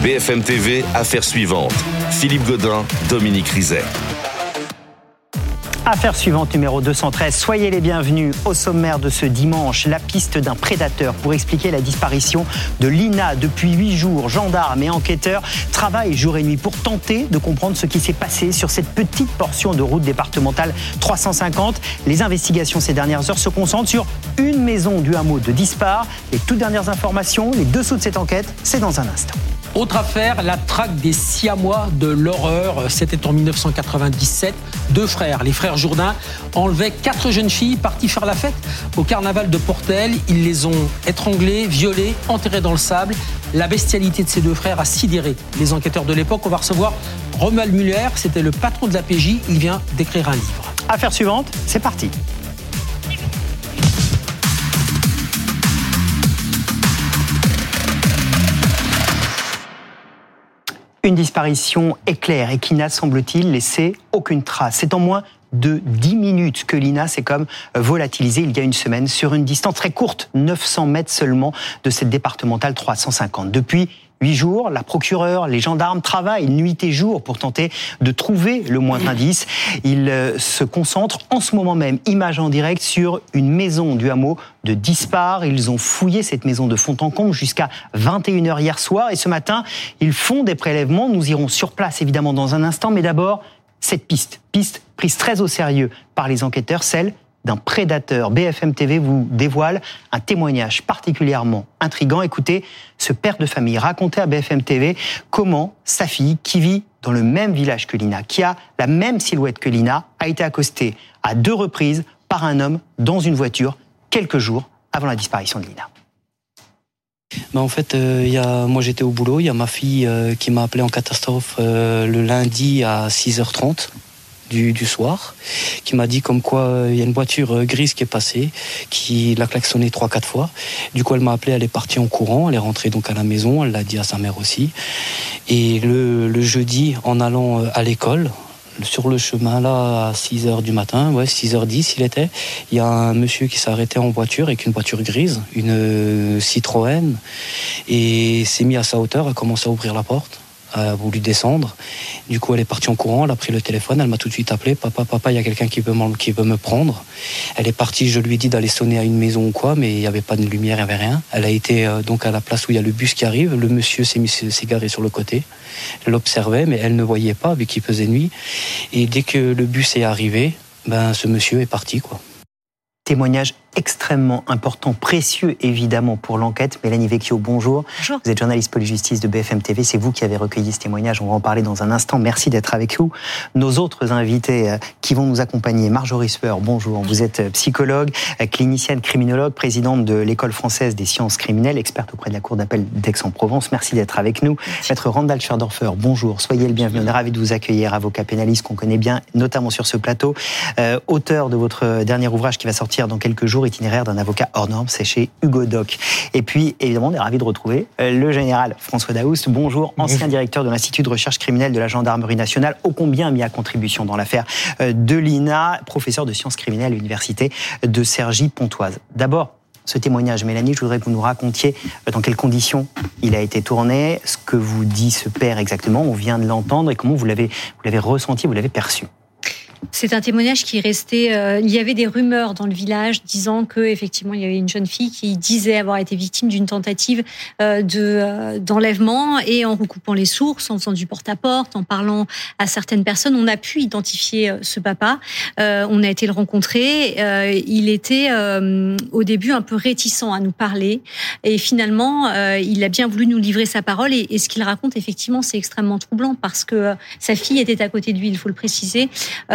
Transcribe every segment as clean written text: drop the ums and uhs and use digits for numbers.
BFM TV, affaire suivante. Philippe Godin, Dominique Rizet. Affaire suivante numéro 213. Soyez les bienvenus au sommaire de ce dimanche. La piste d'un prédateur pour expliquer la disparition de Lina. Depuis 8 jours, gendarmes et enquêteurs travaillent jour et nuit pour tenter de comprendre ce qui s'est passé sur cette petite portion de route départementale 350. Les investigations ces dernières heures se concentrent sur une maison du hameau de Dispar. Les toutes dernières informations, les dessous de cette enquête, c'est dans un instant. Autre affaire, la traque des Siamois de l'horreur. C'était en 1997. 2 frères, les frères Jourdain, enlevaient 4 jeunes filles parties faire la fête au carnaval de Portel. Ils les ont étranglées, violées, enterrées dans le sable. La bestialité de ces 2 frères a sidéré les enquêteurs de l'époque. On va recevoir Romuald Muller, c'était le patron de la PJ. Il vient d'écrire un livre. Affaire suivante, c'est parti. Une disparition éclair et qui n'a, semble-t-il, laissé aucune trace. C'est en moins de 10 minutes que Lina s'est comme volatilisée il y a une semaine sur une distance très courte, 900 mètres seulement de cette départementale 350. Depuis 8 jours, la procureure, les gendarmes travaillent nuit et jour pour tenter de trouver le moindre indice. Ils se concentrent en ce moment même, image en direct, sur une maison du hameau de Dispar. Ils ont fouillé cette maison de fond en comble jusqu'à 21h hier soir. Et ce matin, ils font des prélèvements. Nous irons sur place évidemment dans un instant. Mais d'abord, cette piste prise très au sérieux par les enquêteurs, celle d'un prédateur. BFM TV vous dévoile un témoignage particulièrement intriguant. Écoutez, ce père de famille racontait à BFM TV comment sa fille, qui vit dans le même village que Lina, qui a la même silhouette que Lina, a été accostée à 2 reprises par un homme dans une voiture quelques jours avant la disparition de Lina. En fait, moi j'étais au boulot, il y a ma fille qui m'a appelé en catastrophe le lundi à 6h30. Du soir, qui m'a dit comme quoi il y a une voiture grise qui est passée, qui l'a klaxonné 3-4 fois. Du coup, elle m'a appelé, elle est partie en courant, elle est rentrée donc à la maison, elle l'a dit à sa mère aussi. Et le jeudi, en allant à l'école, sur le chemin là, à 6h du matin, 6h10 il était, il y a un monsieur qui s'est arrêté en voiture avec une voiture grise, une Citroën, et s'est mis à sa hauteur, a commencé à ouvrir la porte. A voulu descendre. Du coup, elle est partie en courant, elle a pris le téléphone, elle m'a tout de suite appelé. Papa, il y a quelqu'un qui veut me prendre. Elle est partie, je lui ai dit d'aller sonner à une maison ou quoi, mais il n'y avait pas de lumière, il n'y avait rien. Elle a été donc à la place où il y a le bus qui arrive. Le monsieur s'est garé sur le côté. Elle l'observait, mais elle ne voyait pas, vu qu'il faisait nuit. Et dès que le bus est arrivé, ce monsieur est parti, quoi. Témoignage extrêmement important, précieux évidemment pour l'enquête. Mélanie Vecchio, bonjour. Bonjour. Vous êtes journaliste police-justice de BFM TV, c'est vous qui avez recueilli ce témoignage, on va en parler dans un instant. Merci d'être avec nous. Nos autres invités qui vont nous accompagner, Marjorie Sueur, bonjour. Vous êtes psychologue, clinicienne, criminologue, présidente de l'École française des sciences criminelles, experte auprès de la Cour d'appel d'Aix-en-Provence. Merci d'être avec nous. Maître Randall Scherdorfer, bonjour. Soyez le bienvenu. On est ravis de vous accueillir, avocat pénaliste qu'on connaît bien, notamment sur ce plateau. Auteur de votre dernier ouvrage qui va sortir dans quelques jours, Itinéraire d'un avocat hors norme, c'est chez Hugo Doc. Et puis, évidemment, on est ravis de retrouver le général François Daoust. Bonjour, ancien directeur de l'Institut de recherche criminelle de la Gendarmerie nationale, ô combien mis à contribution dans l'affaire de Lina, professeur de sciences criminelles à l'université de Cergy-Pontoise. D'abord, ce témoignage, Mélanie, je voudrais que vous nous racontiez dans quelles conditions il a été tourné, ce que vous dit ce père exactement, on vient de l'entendre, et comment vous l'avez ressenti, vous l'avez perçu. C'est un témoignage qui restait. Il y avait des rumeurs dans le village disant que effectivement il y avait une jeune fille qui disait avoir été victime d'une tentative d'enlèvement, et en recoupant les sources, en faisant du porte-à-porte, en parlant à certaines personnes, on a pu identifier ce papa. On a été le rencontrer. Il était au début un peu réticent à nous parler, et finalement il a bien voulu nous livrer sa parole. Et ce qu'il raconte effectivement, c'est extrêmement troublant parce que sa fille était à côté de lui, il faut le préciser.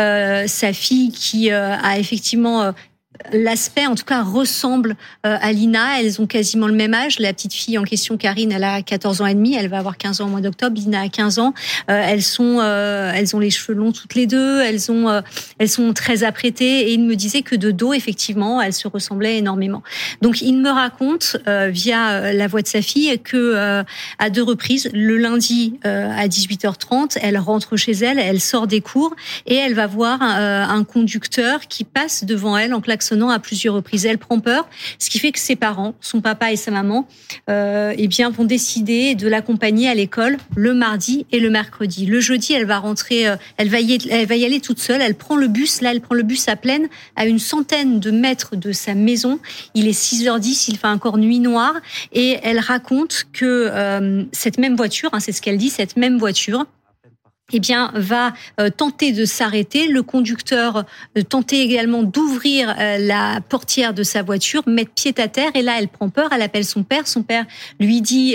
Sa fille qui a effectivement l'aspect, en tout cas, ressemble à Lina. Elles ont quasiment le même âge. La petite fille en question, Karine, elle a 14 ans et demi. Elle va avoir 15 ans au mois d'octobre. Lina a 15 ans. Elles ont les cheveux longs toutes les deux. Elles sont très apprêtées. Et il me disait que de dos, effectivement, elles se ressemblaient énormément. Donc, il me raconte, via la voix de sa fille, que à 2 reprises, le lundi à 18h30, elle rentre chez elle, elle sort des cours et elle va voir un conducteur qui passe devant elle en klaxonnant sonnant à plusieurs reprises. Elle prend peur, ce qui fait que ses parents, son papa et sa maman, vont décider de l'accompagner à l'école le mardi et le mercredi. Le jeudi, elle va rentrer, elle va y aller toute seule. Elle prend le bus. Là, elle prend le bus à Plaine, à une centaine de mètres de sa maison. Il est 6h10, il fait encore nuit noire, et elle raconte que cette même voiture, c'est ce qu'elle dit, cette même voiture, va tenter de s'arrêter. Le conducteur tentait également d'ouvrir la portière de sa voiture, mettre pied à terre, et là, elle prend peur, elle appelle son père. Son père lui dit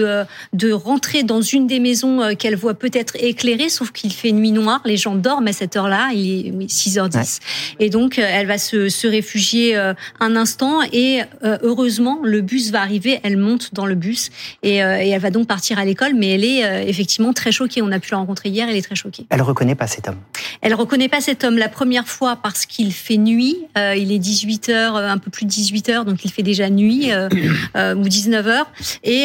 de rentrer dans une des maisons qu'elle voit peut-être éclairée, sauf qu'il fait nuit noire, les gens dorment à cette heure-là, il est 6h10. Ouais. Et donc, elle va se réfugier un instant, et heureusement, le bus va arriver, elle monte dans le bus, et elle va donc partir à l'école, mais elle est effectivement très choquée. On a pu la rencontrer hier. Elle est très choquée. Elle reconnaît pas cet homme. Elle reconnaît pas cet homme la première fois parce qu'il fait nuit. Il est 18h, un peu plus de 18h, donc il fait déjà nuit, ou 19h. Et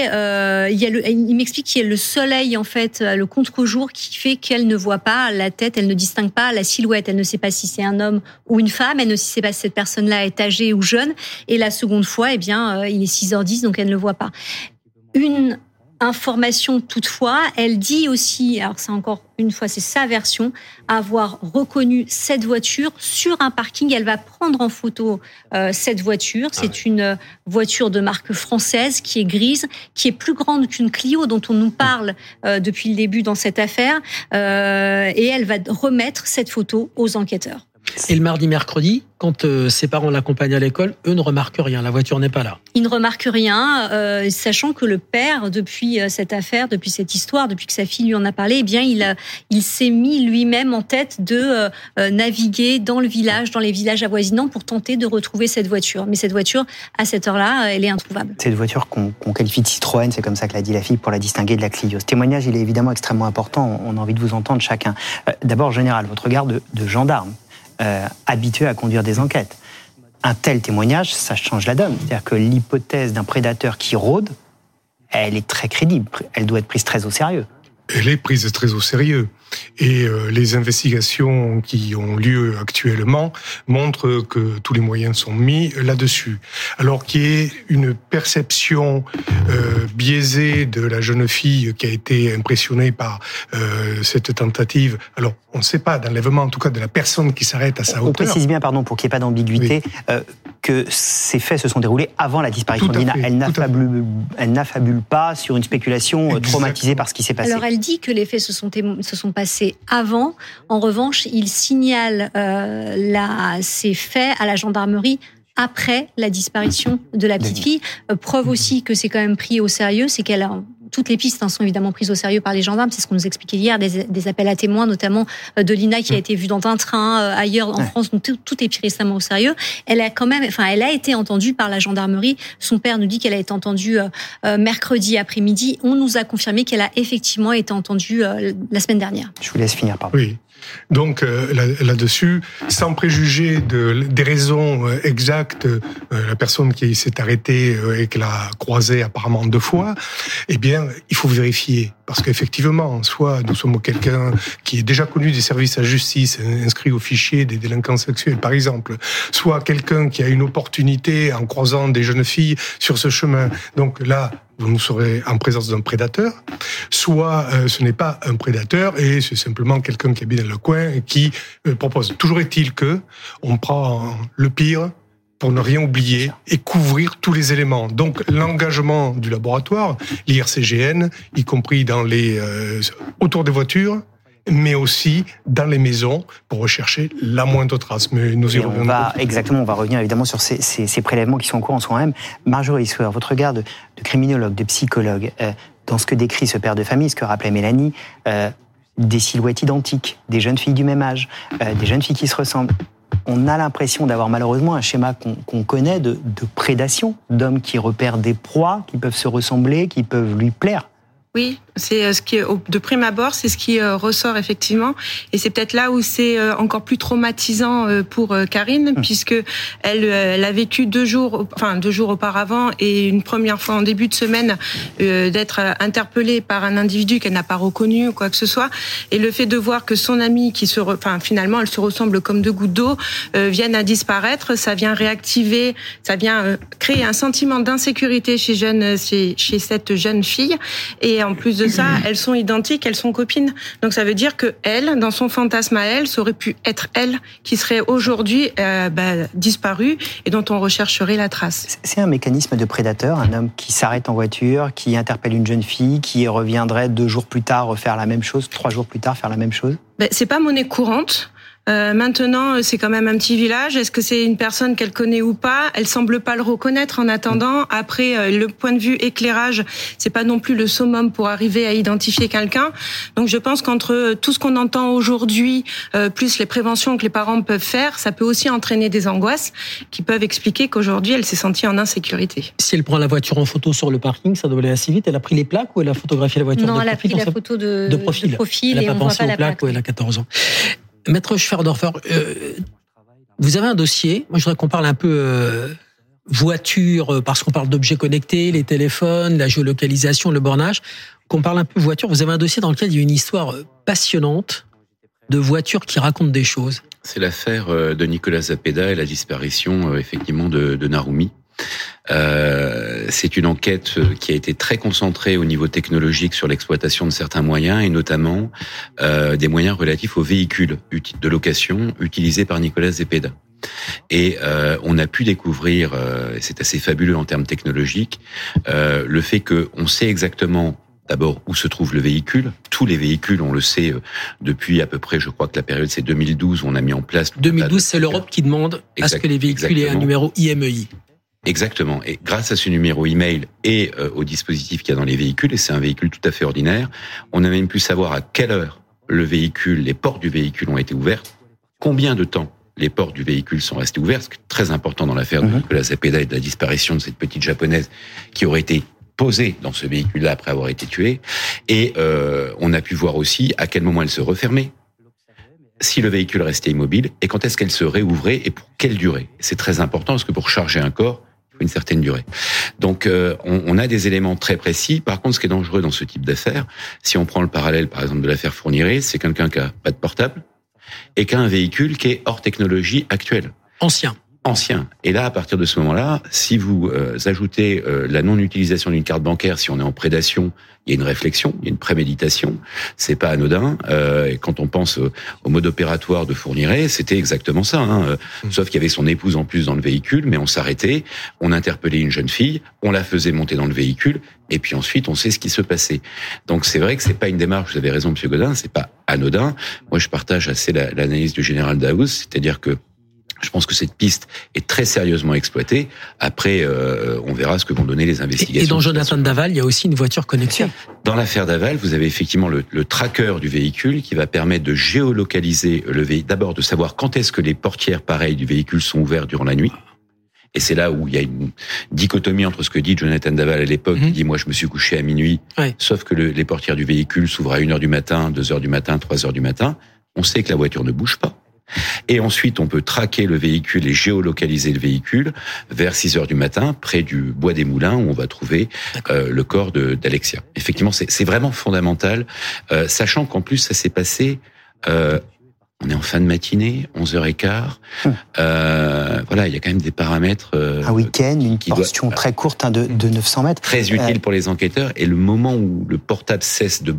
il m'explique qu'il y a le soleil, en fait, le contre-jour qui fait qu'elle ne voit pas la tête, elle ne distingue pas la silhouette. Elle ne sait pas si c'est un homme ou une femme. Elle ne sait pas si cette personne-là est âgée ou jeune. Et la seconde fois, il est 6h10, donc elle ne le voit pas. Une information toutefois, elle dit aussi, alors c'est encore une fois, c'est sa version, avoir reconnu cette voiture sur un parking. Elle va prendre en photo cette voiture. C'est une voiture de marque française qui est grise, qui est plus grande qu'une Clio dont on nous parle depuis le début dans cette affaire. Et elle va remettre cette photo aux enquêteurs. Et le mardi, mercredi, quand ses parents l'accompagnent à l'école, eux ne remarquent rien, la voiture n'est pas là. Ils ne remarquent rien, sachant que le père, depuis cette affaire, depuis cette histoire, depuis que sa fille lui en a parlé, il s'est mis lui-même en tête de naviguer dans le village, dans les villages avoisinants, pour tenter de retrouver cette voiture. Mais cette voiture, à cette heure-là, elle est introuvable. C'est une voiture qu'on qualifie de Citroën, c'est comme ça que l'a dit la fille, pour la distinguer de la Clio. Ce témoignage, il est évidemment extrêmement important, on a envie de vous entendre chacun. D'abord, général, votre regard de gendarme. Habitué à conduire des enquêtes. Un tel témoignage, ça change la donne. C'est-à-dire que l'hypothèse d'un prédateur qui rôde, elle est très crédible. Elle doit être prise très au sérieux. Elle est prise très au sérieux. Et les investigations qui ont lieu actuellement montrent que tous les moyens sont mis là-dessus. Alors qu'il y ait une perception biaisée de la jeune fille qui a été impressionnée par cette tentative, alors on ne sait pas, d'enlèvement en tout cas de la personne qui s'arrête à sa hauteur. On précise bien, pardon, pour qu'il n'y ait pas d'ambiguïté, oui. Que ces faits se sont déroulés avant la disparition de Lina. Elle n'affabule pas sur une spéculation traumatisée par ce qui s'est passé. Alors elle dit que les faits se sont passés avant. En revanche, il signale ces faits à la gendarmerie après la disparition de la petite fille. Preuve aussi que c'est quand même pris au sérieux, c'est qu'elle a... Toutes les pistes sont évidemment prises au sérieux par les gendarmes. C'est ce qu'on nous expliquait hier, des appels à témoins, notamment de Lina qui a été vue dans un train ailleurs en France. Donc tout est pris récemment au sérieux. Elle a été entendue par la gendarmerie. Son père nous dit qu'elle a été entendue mercredi après-midi. On nous a confirmé qu'elle a effectivement été entendue la semaine dernière. Je vous laisse finir, pardon. Oui. Donc là-dessus, sans préjuger des raisons exactes, la personne qui s'est arrêtée et qu'elle a croisée apparemment 2 fois, eh bien, il faut vérifier. Parce qu'effectivement, soit nous sommes quelqu'un qui est déjà connu des services à justice, inscrit au fichier des délinquants sexuels, par exemple, soit quelqu'un qui a une opportunité en croisant des jeunes filles sur ce chemin. Donc là, vous serez en présence d'un prédateur, soit ce n'est pas un prédateur et c'est simplement quelqu'un qui habite dans le coin et qui propose. Toujours est-il que on prend le pire pour ne rien oublier et couvrir tous les éléments. Donc l'engagement du laboratoire, l'IRCGN, y compris dans autour des voitures, mais aussi dans les maisons pour rechercher la moindre trace. Mais nous y reviendrons. On va revenir évidemment sur ces prélèvements qui sont en cours en soi-même. Marjorie Souer, votre regard de criminologue, de psychologue, dans ce que décrit ce père de famille, ce que rappelait Mélanie, des silhouettes identiques, des jeunes filles du même âge, des jeunes filles qui se ressemblent. On a l'impression d'avoir malheureusement un schéma qu'on connaît de prédation, d'hommes qui repèrent des proies, qui peuvent se ressembler, qui peuvent lui plaire. Oui, c'est ce qui, de prime abord, c'est ce qui ressort effectivement, et c'est peut-être là où c'est encore plus traumatisant pour Karine, puisque elle a vécu 2 jours auparavant et une première fois en début de semaine d'être interpellée par un individu qu'elle n'a pas reconnu ou quoi que ce soit, et le fait de voir que son amie, finalement, elle se ressemble comme 2 gouttes d'eau, viennent à disparaître, ça vient réactiver, ça vient créer un sentiment d'insécurité chez cette jeune fille, et en plus de ça, elles sont identiques, elles sont copines. Donc ça veut dire que elle, dans son fantasme à elle, ça aurait pu être elle qui serait aujourd'hui disparue et dont on rechercherait la trace. C'est un mécanisme de prédateur, un homme qui s'arrête en voiture, qui interpelle une jeune fille, qui reviendrait 2 jours plus tard refaire la même chose, 3 jours plus tard faire la même chose. C'est pas monnaie courante. Maintenant, c'est quand même un petit village. Est-ce que c'est une personne qu'elle connaît ou pas? Elle semble pas le reconnaître en attendant. Après, le point de vue éclairage, c'est pas non plus le summum pour arriver à identifier quelqu'un. Donc, je pense qu'entre tout ce qu'on entend aujourd'hui, plus les préventions que les parents peuvent faire, ça peut aussi entraîner des angoisses qui peuvent expliquer qu'aujourd'hui, elle s'est sentie en insécurité. Si elle prend la voiture en photo sur le parking, ça doit aller assez vite. Elle a pris les plaques ou elle a photographié la voiture? Non, elle a pris la photo de profil elle et n'a on pas voit pensé pas aux la plaques plaque. où elle a 14 ans. Maître Schwerdorfer, vous avez un dossier. Moi, je voudrais qu'on parle un peu voiture, parce qu'on parle d'objets connectés, les téléphones, la géolocalisation, le bornage. Qu'on parle un peu voiture. Vous avez un dossier dans lequel il y a une histoire passionnante de voitures qui racontent des choses. C'est l'affaire de Nicolas Zapeda et la disparition, effectivement, de Narumi. C'est une enquête qui a été très concentrée au niveau technologique sur l'exploitation de certains moyens et notamment des moyens relatifs aux véhicules de location utilisés par Nicolas Zapeda. Et on a pu découvrir, c'est assez fabuleux en termes technologiques, le fait qu'on sait exactement d'abord où se trouve le véhicule. Tous les véhicules, on le sait depuis à peu près, je crois que la période c'est 2012 où on a mis en place... 2012, c'est l'Europe qui demande à ce que les véhicules aient un numéro IMEI. Exactement. Et grâce à ce numéro email et au dispositif qu'il y a dans les véhicules, et c'est un véhicule tout à fait ordinaire, on a même pu savoir à quelle heure les portes du véhicule ont été ouvertes, combien de temps les portes du véhicule sont restées ouvertes, ce qui est très important dans l'affaire de Nicolas Zapeda et de la disparition de cette petite japonaise qui aurait été posée dans ce véhicule-là après avoir été tuée. Et on a pu voir aussi à quel moment elle se refermait, si le véhicule restait immobile, et quand est-ce qu'elle se réouvrait et pour quelle durée. C'est très important parce que pour charger un corps, une certaine durée. Donc, on a des éléments très précis. Par contre, ce qui est dangereux dans ce type d'affaires, si on prend le parallèle, par exemple, de l'affaire Fourniret, c'est quelqu'un qui a pas de portable et qui a un véhicule qui est hors technologie actuelle. Ancien. Et là, à partir de ce moment-là, si vous ajoutez la non-utilisation d'une carte bancaire, si on est en prédation, il y a une réflexion, il y a une préméditation. C'est pas anodin. Et quand on pense au mode opératoire de Fourniret, c'était exactement ça. Sauf qu'il y avait son épouse en plus dans le véhicule, mais on s'arrêtait, on interpellait une jeune fille, on la faisait monter dans le véhicule, et puis ensuite on sait ce qui se passait. Donc c'est vrai que c'est pas une démarche. Vous avez raison, Monsieur Godin, c'est pas anodin. Moi, je partage assez l'analyse du général Daoust, c'est-à-dire que je pense que cette piste est très sérieusement exploitée. Après, on verra ce que vont donner les investigations. Et dans Jonathan Daval, il y a aussi une voiture connectée. Dans l'affaire Daval, vous avez effectivement le tracker du véhicule qui va permettre de géolocaliser le véhicule. D'abord, de savoir quand est-ce que les portières pareilles du véhicule sont ouvertes durant la nuit. Et c'est là où il y a une dichotomie entre ce que dit Jonathan Daval à l'époque, qui dit « moi je me suis couché à minuit », sauf que les portières du véhicule s'ouvrent à 1h du matin, 2h du matin, 3h du matin. On sait que la voiture ne bouge pas. Et ensuite, on peut traquer le véhicule et géolocaliser le véhicule vers 6h du matin, près du Bois des Moulins, où on va trouver le corps d'Alexia. Effectivement, c'est vraiment fondamental, sachant qu'en plus, ça s'est passé... on est en fin de matinée, 11h15. Voilà, il y a quand même des paramètres... un week-end, une portion très courte de 900 mètres. Très utile pour les enquêteurs. Et le moment où le portable cesse de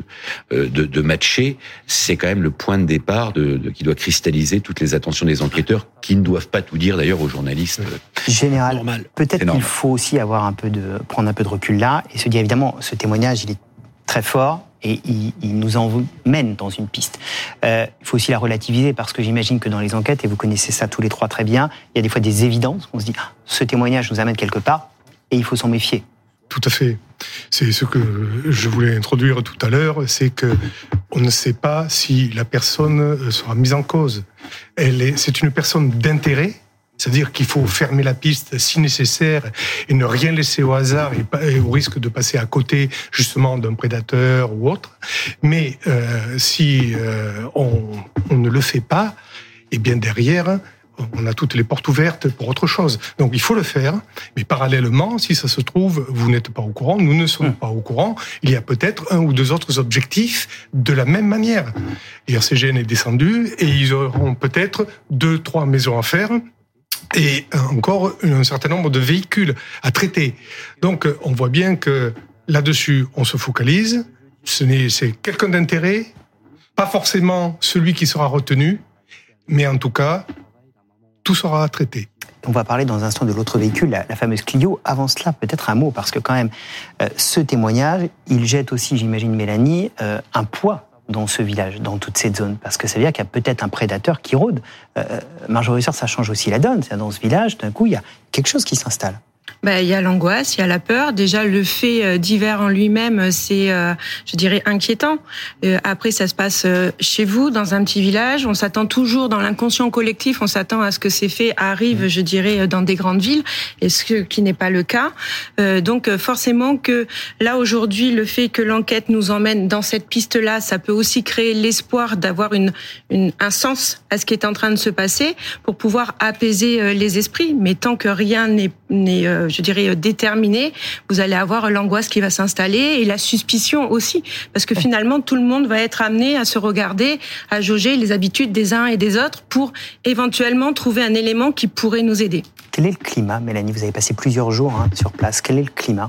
matcher, c'est quand même le point de départ qui doit cristalliser toutes les attentions des enquêteurs, qui ne doivent pas tout dire d'ailleurs aux journalistes. Général, peut-être qu'il faut aussi prendre un peu de recul là et se dire évidemment, ce témoignage, il est très fort. Et il nous emmène dans une piste. Il faut aussi la relativiser parce que j'imagine que dans les enquêtes, et vous connaissez ça tous les trois très bien, il y a des fois des évidences. On se dit, ce témoignage nous amène quelque part et il faut s'en méfier. Tout à fait. C'est ce que je voulais introduire tout à l'heure, c'est que on ne sait pas si la personne sera mise en cause. C'est une personne d'intérêt, C'est-à-dire qu'il faut fermer la piste si nécessaire et ne rien laisser au hasard et au risque de passer à côté justement d'un prédateur ou autre. Mais si on ne le fait pas, et bien derrière, on a toutes les portes ouvertes pour autre chose. Donc il faut le faire, mais parallèlement, si ça se trouve, vous n'êtes pas au courant, nous ne sommes pas au courant, il y a peut-être 1 ou 2 autres objectifs de la même manière. L'IRCGN est descendu et ils auront peut-être 2-3 maisons à faire et encore un certain nombre de véhicules à traiter. Donc on voit bien que là-dessus, on se focalise, c'est quelqu'un d'intérêt, pas forcément celui qui sera retenu, mais en tout cas, tout sera traité. On va parler dans un instant de l'autre véhicule, la fameuse Clio. Avant cela, peut-être un mot, parce que quand même, ce témoignage, il jette aussi, j'imagine, Mélanie, un poids dans ce village, dans toute cette zone, parce que ça veut dire qu'il y a peut-être un prédateur qui rôde. Marjorie Hussard, ça change aussi la donne. C'est-à-dire dans ce village, d'un coup, il y a quelque chose qui s'installe. Il y a l'angoisse, il y a la peur. Déjà, le fait divers en lui-même, c'est, je dirais, inquiétant. Après, ça se passe chez vous, dans un petit village. On s'attend toujours, dans l'inconscient collectif, on s'attend à ce que ces faits arrivent, je dirais, dans des grandes villes, et ce qui n'est pas le cas. Donc, forcément que là, aujourd'hui, le fait que l'enquête nous emmène dans cette piste-là, ça peut aussi créer l'espoir d'avoir un sens à ce qui est en train de se passer pour pouvoir apaiser les esprits. Mais tant que rien n'est je dirais, déterminé, vous allez avoir l'angoisse qui va s'installer et la suspicion aussi. Parce que finalement, tout le monde va être amené à se regarder, à jauger les habitudes des uns et des autres pour éventuellement trouver un élément qui pourrait nous aider. Quel est le climat, Mélanie? Vous avez passé plusieurs jours sur place. Quel est le climat?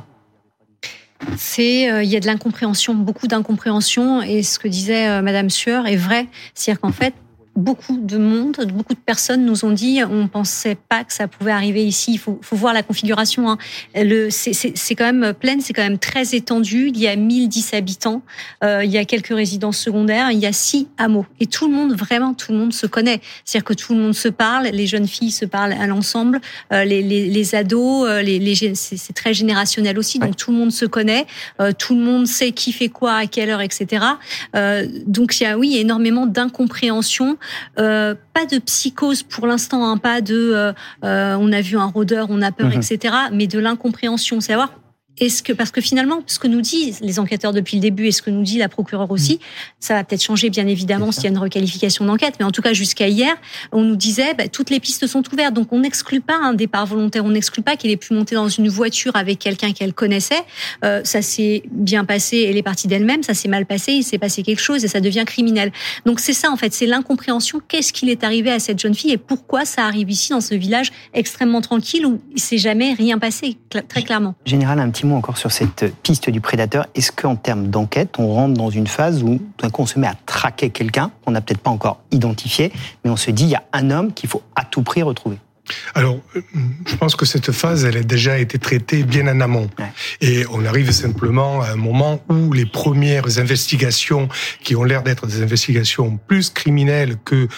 Il y a de l'incompréhension, beaucoup d'incompréhension. Et ce que disait Madame Sueur est vrai. C'est-à-dire qu'en fait, beaucoup de monde, beaucoup de personnes nous ont dit on pensait pas que ça pouvait arriver ici. Il faut voir la configuration. C'est quand même plein, c'est quand même très étendu. Il y a 1010 habitants, il y a quelques résidences secondaires, il y a 6 hameaux. Et tout le monde, vraiment tout le monde se connaît. C'est-à-dire que tout le monde se parle, les jeunes filles se parlent à l'ensemble, les ados, c'est très générationnel aussi. Donc tout le monde se connaît, tout le monde sait qui fait quoi, à quelle heure, etc. Donc il y a énormément d'incompréhension. Pas de psychose pour l'instant, pas de on a vu un rôdeur, on a peur, etc. Mais de l'incompréhension, savoir parce que finalement, ce que nous disent les enquêteurs depuis le début et ce que nous dit la procureure aussi, ça va peut-être changer bien évidemment s'il y a une requalification d'enquête, mais en tout cas jusqu'à hier, on nous disait toutes les pistes sont ouvertes, donc on n'exclut pas un départ volontaire, on n'exclut pas qu'elle ait pu monter dans une voiture avec quelqu'un qu'elle connaissait. Ça s'est bien passé, elle est partie d'elle-même, ça s'est mal passé, il s'est passé quelque chose et ça devient criminel. Donc c'est ça en fait, c'est l'incompréhension. Qu'est-ce qu'il est arrivé à cette jeune fille et pourquoi ça arrive ici dans ce village extrêmement tranquille où il s'est jamais rien passé, très clairement. Général, un petit mot encore sur cette piste du prédateur. Est-ce qu'en termes d'enquête, on rentre dans une phase où d'un coup on se met à traquer quelqu'un qu'on n'a peut-être pas encore identifié, mais on se dit il y a un homme qu'il faut à tout prix retrouver? Alors, je pense que cette phase, elle a déjà été traitée bien en amont. Ouais. Et on arrive simplement à un moment où les premières investigations, qui ont l'air d'être des investigations plus criminelles que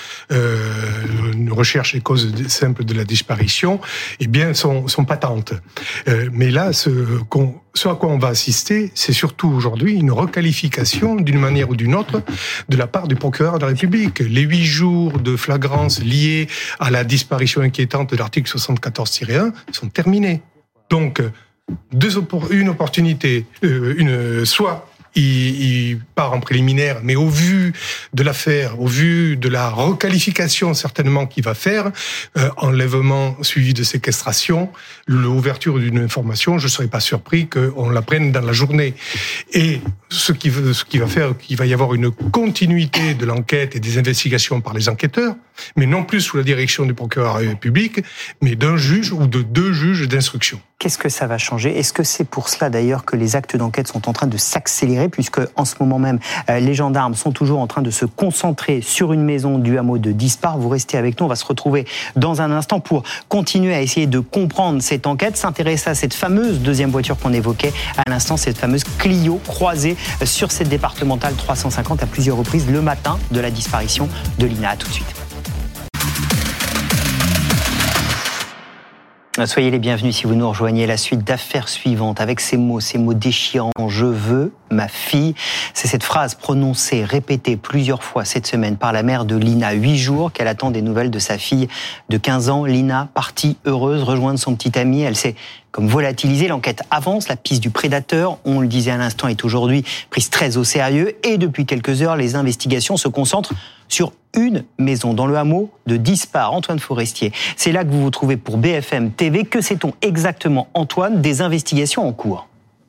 une recherche des causes simples de la disparition, eh bien, sont patentes. Mais là, ce à quoi on va assister, c'est surtout aujourd'hui une requalification d'une manière ou d'une autre de la part du procureur de la République. Les 8 jours de flagrance liés à la disparition inquiétante de l'article 74-1 sont terminés. Donc, une opportunité, soit il part en préliminaire, mais au vu de l'affaire, au vu de la requalification certainement qu'il va faire, enlèvement suivi de séquestration, l'ouverture d'une information, je ne serais pas surpris qu'on la prenne dans la journée. Et ce qui va faire qu'il va y avoir une continuité de l'enquête et des investigations par les enquêteurs, mais non plus sous la direction du procureur public, mais d'un juge ou de 2 juges d'instruction. Qu'est-ce que ça va changer? Est-ce que c'est pour cela d'ailleurs que les actes d'enquête sont en train de s'accélérer, puisque en ce moment même, les gendarmes sont toujours en train de se concentrer sur une maison du hameau de Dispar? Vous restez avec nous, on va se retrouver dans un instant pour continuer à essayer de comprendre cette enquête, s'intéresser à cette fameuse deuxième voiture qu'on évoquait à l'instant, cette fameuse Clio croisée sur cette départementale 350 à plusieurs reprises le matin de la disparition de Lina. À tout de suite. Soyez les bienvenus si vous nous rejoignez. La suite d'affaires suivantes avec ces mots déchirants. Je veux ma fille. C'est cette phrase prononcée, répétée plusieurs fois cette semaine par la mère de Lina. 8 jours qu'elle attend des nouvelles de sa fille de 15 ans. Lina, partie heureuse, rejoindre son petit ami. Elle s'est comme volatilisée. L'enquête avance. La piste du prédateur, on le disait à l'instant, est aujourd'hui prise très au sérieux. Et depuis quelques heures, les investigations se concentrent sur une maison dans le hameau de Dispar. Antoine Forestier, c'est là que vous vous trouvez pour BFM TV. Que sait-on exactement, Antoine, des investigations en cours ?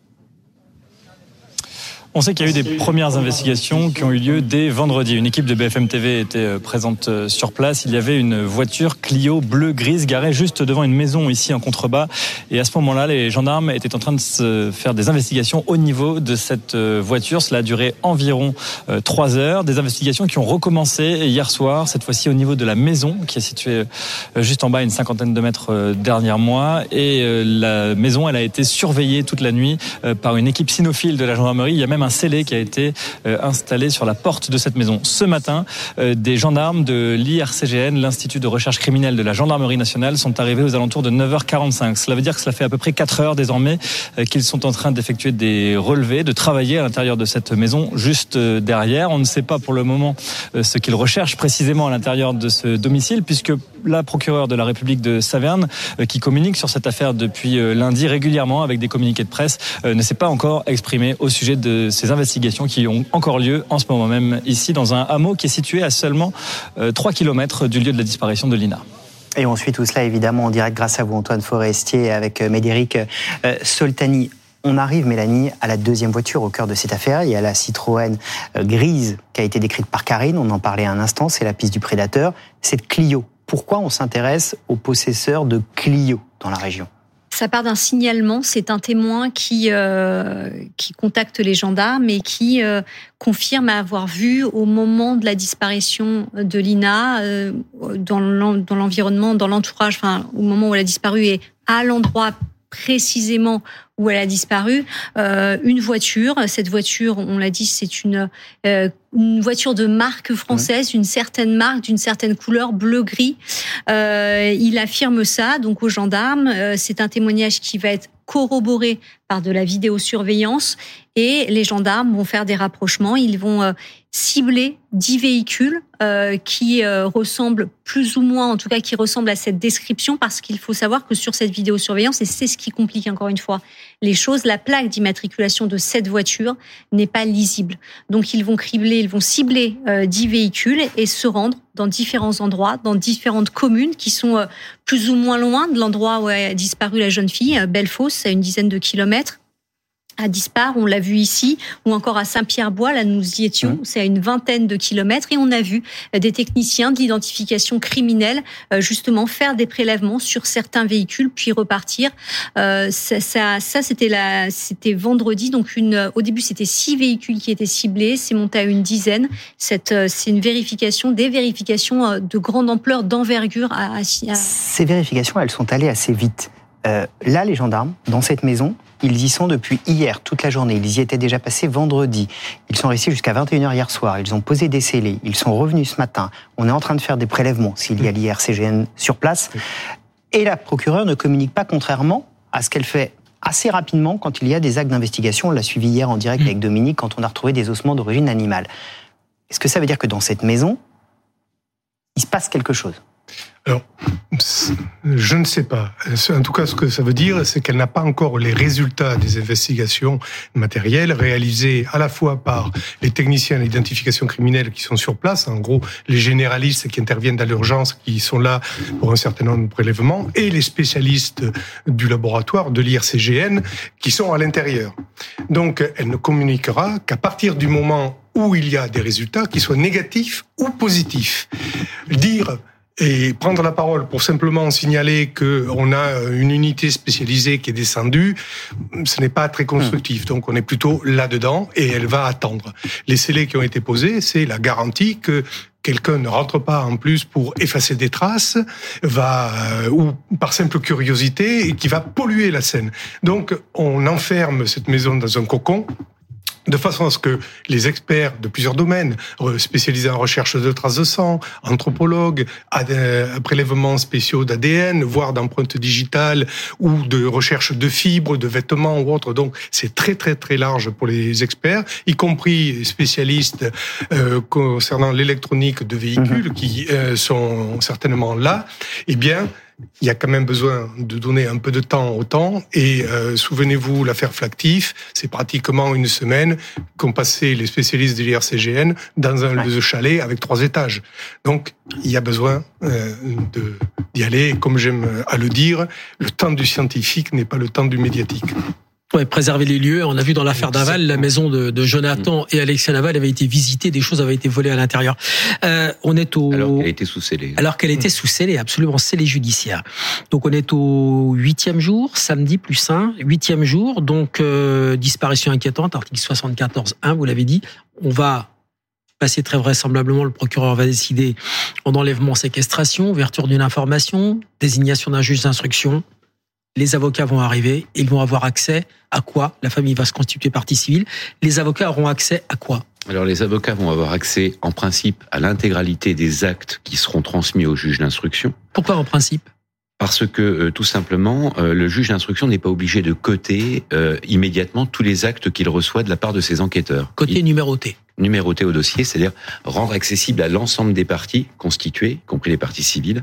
On sait qu'il y a eu des premières investigations qui ont eu lieu dès vendredi. Une équipe de BFM TV était présente sur place. Il y avait une voiture Clio bleu-grise garée juste devant une maison ici en contrebas. Et à ce moment-là, les gendarmes étaient en train de se faire des investigations au niveau de cette voiture. Cela a duré environ 3 heures. Des investigations qui ont recommencé hier soir, cette fois-ci au niveau de la maison qui est située juste en bas, une 50aine de mètres derrière moi. Et la maison, elle a été surveillée toute la nuit par une équipe cynophile de la gendarmerie. Il y a même un scellé qui a été installé sur la porte de cette maison. Ce matin, des gendarmes de l'IRCGN, l'Institut de recherche criminelle de la Gendarmerie nationale, sont arrivés aux alentours de 9h45. Cela veut dire que cela fait à peu près 4 heures désormais qu'ils sont en train d'effectuer des relevés, de travailler à l'intérieur de cette maison juste derrière. On ne sait pas pour le moment ce qu'ils recherchent précisément à l'intérieur de ce domicile, puisque la procureure de la République de Saverne, qui communique sur cette affaire depuis lundi régulièrement avec des communiqués de presse, ne s'est pas encore exprimée au sujet de ces investigations qui ont encore lieu en ce moment même ici dans un hameau qui est situé à seulement 3 km du lieu de la disparition de Lina. Et on suit tout cela évidemment en direct grâce à vous, Antoine Forestier, avec Médéric Soltani. On arrive, Mélanie, à la deuxième voiture au cœur de cette affaire. Il y a la Citroën grise qui a été décrite par Karine, on en parlait un instant, c'est la piste du prédateur. Cette Clio, pourquoi on s'intéresse aux possesseurs de Clio dans la région ? Ça part d'un signalement, c'est un témoin qui contacte les gendarmes et qui confirme avoir vu au moment de la disparition de Lina, dans l'environnement, dans l'entourage, enfin au moment où elle a disparu et à l'endroit précisément où elle a disparu, une voiture. Cette voiture, on l'a dit, c'est une voiture de marque française, une certaine marque, d'une certaine couleur, bleu-gris. Il affirme ça donc aux gendarmes. C'est un témoignage qui va être corroboré par de la vidéosurveillance et les gendarmes vont faire des rapprochements. Ils vont cibler 10 véhicules qui ressemblent plus ou moins, en tout cas qui ressemblent à cette description, parce qu'il faut savoir que sur cette vidéosurveillance, et c'est ce qui complique encore une fois les choses, la plaque d'immatriculation de cette voiture n'est pas lisible. Donc ils vont cibler 10 véhicules et se rendre dans différents endroits, dans différentes communes qui sont plus ou moins loin de l'endroit où a disparu la jeune fille, Bellefosse, à une dizaine de kilomètres. À Dispar, on l'a vu ici, ou encore à Saint-Pierre-Bois, là nous y étions, c'est à une vingtaine de kilomètres, et on a vu des techniciens de l'identification criminelle justement faire des prélèvements sur certains véhicules, puis repartir. C'était vendredi, donc au début c'était 6 véhicules qui étaient ciblés, c'est monté à une dizaine. C'est des vérifications de grande ampleur, d'envergure. Ces vérifications, elles sont allées assez vite. Là, les gendarmes, dans cette maison, ils y sont depuis hier, toute la journée. Ils y étaient déjà passés vendredi. Ils sont restés jusqu'à 21h hier soir. Ils ont posé des scellés. Ils sont revenus ce matin. On est en train de faire des prélèvements, s'il y a l'IRCGN sur place. Et la procureure ne communique pas, contrairement à ce qu'elle fait assez rapidement quand il y a des actes d'investigation. On l'a suivi hier en direct avec Dominique quand on a retrouvé des ossements d'origine animale. Est-ce que ça veut dire que dans cette maison, il se passe quelque chose ? Alors, je ne sais pas. En tout cas, ce que ça veut dire, c'est qu'elle n'a pas encore les résultats des investigations matérielles réalisées à la fois par les techniciens d'identification criminelle qui sont sur place, en gros les généralistes qui interviennent à l'urgence, qui sont là pour un certain nombre de prélèvements, et les spécialistes du laboratoire de l'IRCGN qui sont à l'intérieur. Donc, elle ne communiquera qu'à partir du moment où il y a des résultats, qu'ils soient négatifs ou positifs. Dire et prendre la parole pour simplement signaler qu'on a une unité spécialisée qui est descendue, ce n'est pas très constructif. Donc on est plutôt là-dedans et elle va attendre. Les scellés qui ont été posés, c'est la garantie que quelqu'un ne rentre pas en plus pour effacer des traces, ou par simple curiosité, et qui va polluer la scène. Donc on enferme cette maison dans un cocon. de façon à ce que les experts de plusieurs domaines, spécialisés en recherche de traces de sang, anthropologues, prélèvements spéciaux d'ADN, voire d'empreintes digitales ou de recherche de fibres, de vêtements ou autres. Donc c'est très très très large pour les experts, y compris spécialistes concernant l'électronique de véhicules qui sont certainement là. Eh bien, il y a quand même besoin de donner un peu de temps au temps. Et souvenez-vous, l'affaire Flactif, c'est pratiquement une semaine qu'ont passé les spécialistes de l'IRCGN dans un lieu de chalet avec 3 étages. Donc, il y a besoin d'y aller. Et comme j'aime à le dire, le temps du scientifique n'est pas le temps du médiatique. Ouais, préserver les lieux. On a vu dans l'affaire Daval, la maison de Jonathan et Alexia Naval avait été visitée, des choses avaient été volées à l'intérieur. On est alors qu'elle était sous scellé. Alors qu'elle était sous scellé, absolument scellé judiciaire. Donc on est au 8e jour, samedi plus 1, 8e jour. Donc disparition inquiétante, article 74.1, vous l'avez dit. On va passer très vraisemblablement, le procureur va décider en enlèvement, séquestration, ouverture d'une information, désignation d'un juge d'instruction. Les avocats vont arriver, ils vont avoir accès à quoi? La famille va se constituer partie civile. Les avocats auront accès à quoi? Alors les avocats vont avoir accès en principe à l'intégralité des actes qui seront transmis au juge d'instruction. Pourquoi en principe? Parce que tout simplement, le juge d'instruction n'est pas obligé de coter immédiatement tous les actes qu'il reçoit de la part de ses enquêteurs. Côté numéroté. Numéroté au dossier, c'est-à-dire rendre accessible à l'ensemble des parties constituées, y compris les parties civiles,